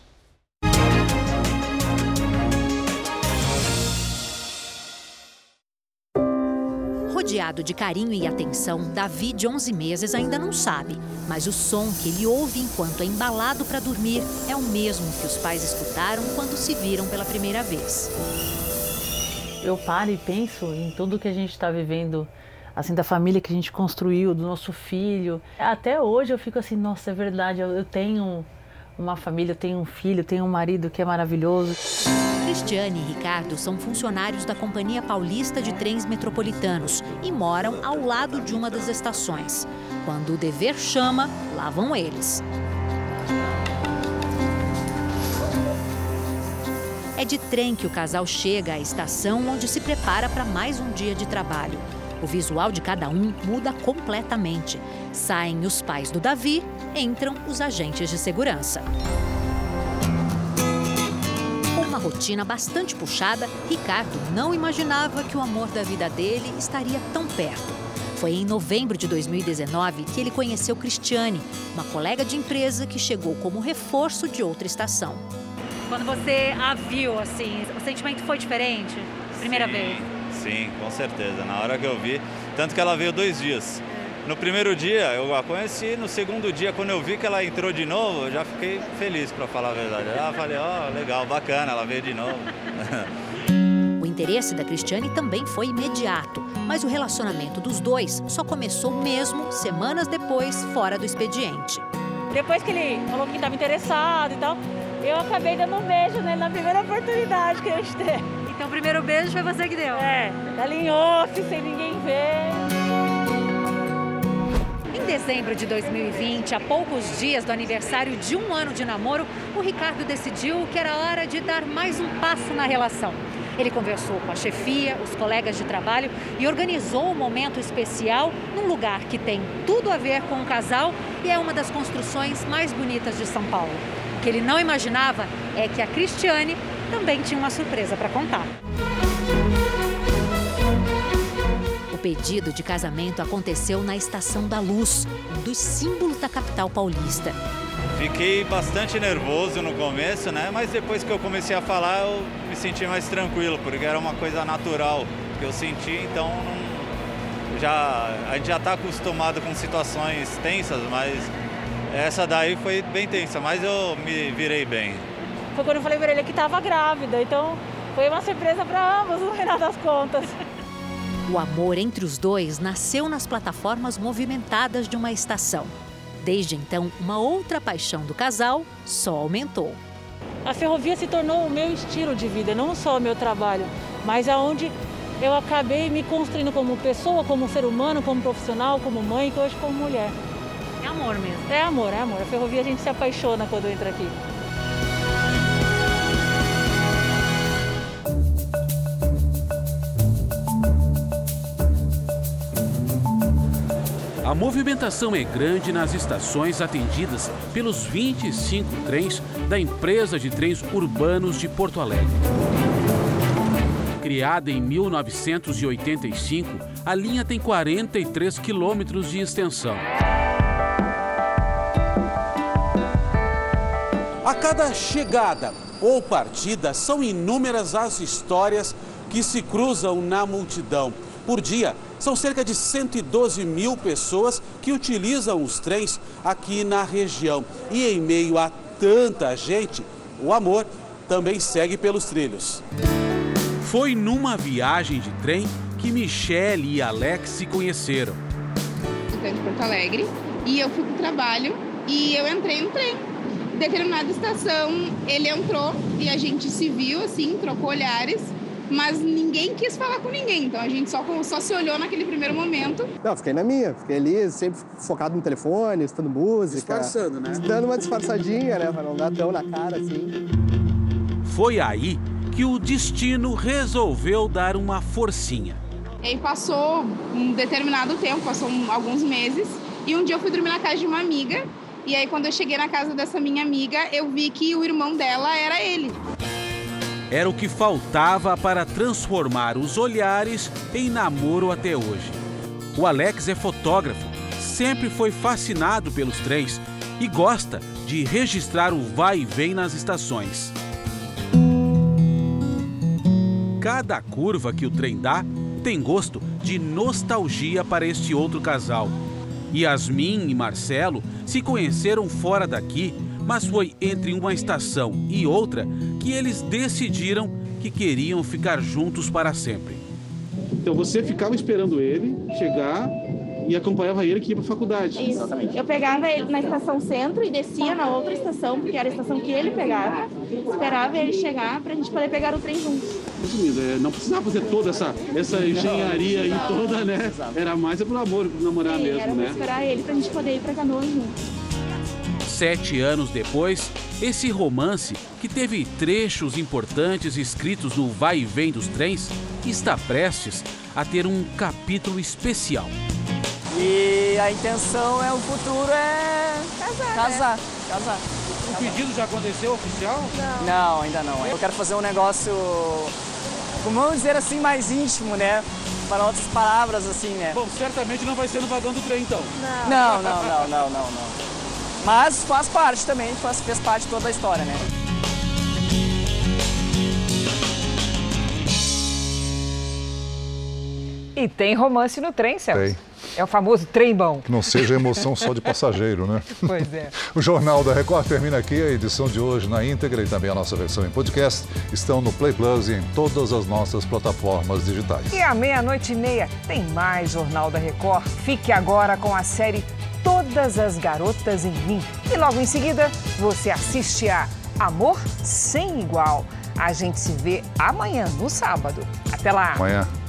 Rodeado de carinho e atenção, Davi, de 11 meses, ainda não sabe. Mas o som que ele ouve enquanto é embalado para dormir é o mesmo que os pais escutaram quando se viram pela primeira vez. Eu paro e penso em tudo que a gente está vivendo, assim, da família que a gente construiu, do nosso filho. Até hoje eu fico assim, nossa, é verdade, eu tenho uma família, eu tenho um filho, eu tenho um marido que é maravilhoso. Cristiane e Ricardo são funcionários da Companhia Paulista de Trens Metropolitanos e moram ao lado de uma das estações. Quando o dever chama, lá vão eles. É de trem que o casal chega à estação onde se prepara para mais um dia de trabalho. O visual de cada um muda completamente. Saem os pais do Davi, entram os agentes de segurança. Com uma rotina bastante puxada, Ricardo não imaginava que o amor da vida dele estaria tão perto. Foi em novembro de 2019 que ele conheceu Cristiane, uma colega de empresa que chegou como reforço de outra estação. Quando você a viu, assim, o sentimento foi diferente? Primeira vez? Sim, com certeza. Na hora que eu vi, tanto que ela veio 2 dias. No primeiro dia eu a conheci, no segundo dia, quando eu vi que ela entrou de novo, eu já fiquei feliz, para falar a verdade. Eu falei, legal, bacana, ela veio de novo. O interesse da Cristiane também foi imediato, mas o relacionamento dos dois só começou mesmo semanas depois, fora do expediente. Depois que ele falou que estava interessado e tal, eu acabei dando um beijo nele na primeira oportunidade que a gente teve. Então o primeiro beijo foi você que deu? É, ali em off, sem ninguém ver. Em dezembro de 2020, a poucos dias do aniversário de 1 ano de namoro, o Ricardo decidiu que era hora de dar mais um passo na relação. Ele conversou com a chefia, os colegas de trabalho e organizou um momento especial num lugar que tem tudo a ver com o casal e é uma das construções mais bonitas de São Paulo. O que ele não imaginava é que a Cristiane também tinha uma surpresa para contar. O pedido de casamento aconteceu na Estação da Luz, um dos símbolos da capital paulista. Fiquei bastante nervoso no começo, né? Mas depois que eu comecei a falar, eu me senti mais tranquilo, porque era uma coisa natural que eu senti, então a gente já está acostumado com situações tensas, mas essa daí foi bem tensa, mas eu me virei bem. Foi quando eu falei para ele que estava grávida, então foi uma surpresa para ambos, no final das contas. O amor entre os dois nasceu nas plataformas movimentadas de uma estação. Desde então, uma outra paixão do casal só aumentou. A ferrovia se tornou o meu estilo de vida, não só o meu trabalho, mas aonde eu acabei me construindo como pessoa, como ser humano, como profissional, como mãe e hoje como mulher. É amor mesmo? É amor, é amor. A ferrovia a gente se apaixona quando entra aqui. A movimentação é grande nas estações atendidas pelos 25 trens da empresa de trens urbanos de Porto Alegre. Criada em 1985, a linha tem 43 quilômetros de extensão. A cada chegada ou partida, são inúmeras as histórias que se cruzam na multidão. Por dia, são cerca de 112 mil pessoas que utilizam os trens aqui na região. E em meio a tanta gente, o amor também segue pelos trilhos. Foi numa viagem de trem que Michele e Alex se conheceram. Eu de Porto Alegre e eu fui para o trabalho e eu entrei no trem. Em determinada estação, ele entrou e a gente se viu assim, trocou olhares. mas ninguém quis falar com ninguém, então a gente só se olhou naquele primeiro momento. Não, fiquei na minha, fiquei ali sempre focado no telefone, escutando música. Disfarçando, né? Dando uma disfarçadinha, né, pra não dar tão na cara assim. Foi aí que o destino resolveu dar uma forcinha. E aí passou um determinado tempo, passou alguns meses, e um dia eu fui dormir na casa de uma amiga, e aí quando eu cheguei na casa dessa minha amiga, eu vi que o irmão dela era ele. Era o que faltava para transformar os olhares em namoro até hoje. O Alex é fotógrafo, sempre foi fascinado pelos trens e gosta de registrar o vai e vem nas estações. Cada curva que o trem dá tem gosto de nostalgia para este outro casal. Yasmin e Marcelo se conheceram fora daqui, mas foi entre uma estação e outra que eles decidiram que queriam ficar juntos para sempre. Então você ficava esperando ele chegar e acompanhava ele que ia para a faculdade. Isso. Eu pegava ele na estação centro e descia na outra estação, porque era a estação que ele pegava. Esperava ele chegar para a gente poder pegar o trem juntos. Resumindo, não precisava fazer toda essa engenharia aí toda, né? Era mais por amor, por namorar mesmo, era né? Era esperar ele para a gente poder ir para Canoas juntos. 7 anos depois, esse romance, que teve trechos importantes escritos no vai e vem dos trens, está prestes a ter um capítulo especial. E a intenção o futuro é casar. O pedido já aconteceu oficial? Não, ainda não. Eu quero fazer um negócio, vamos dizer assim, mais íntimo, né? Para outras palavras, assim, né? Bom, certamente não vai ser no vagão do trem, então. Não. Mas faz parte também, fez parte de toda a história, né? E tem romance no trem, Celso. Tem. É o famoso trem bom. Que não seja emoção só de passageiro, né? Pois é. O Jornal da Record termina aqui. A edição de hoje na íntegra e também a nossa versão em podcast estão no Play Plus e em todas as nossas plataformas digitais. E à 00:30 tem mais Jornal da Record. Fique agora com a série Todas as Garotas em Mim. E logo em seguida, você assiste a Amor Sem Igual. A gente se vê amanhã, no sábado. Até lá! Amanhã.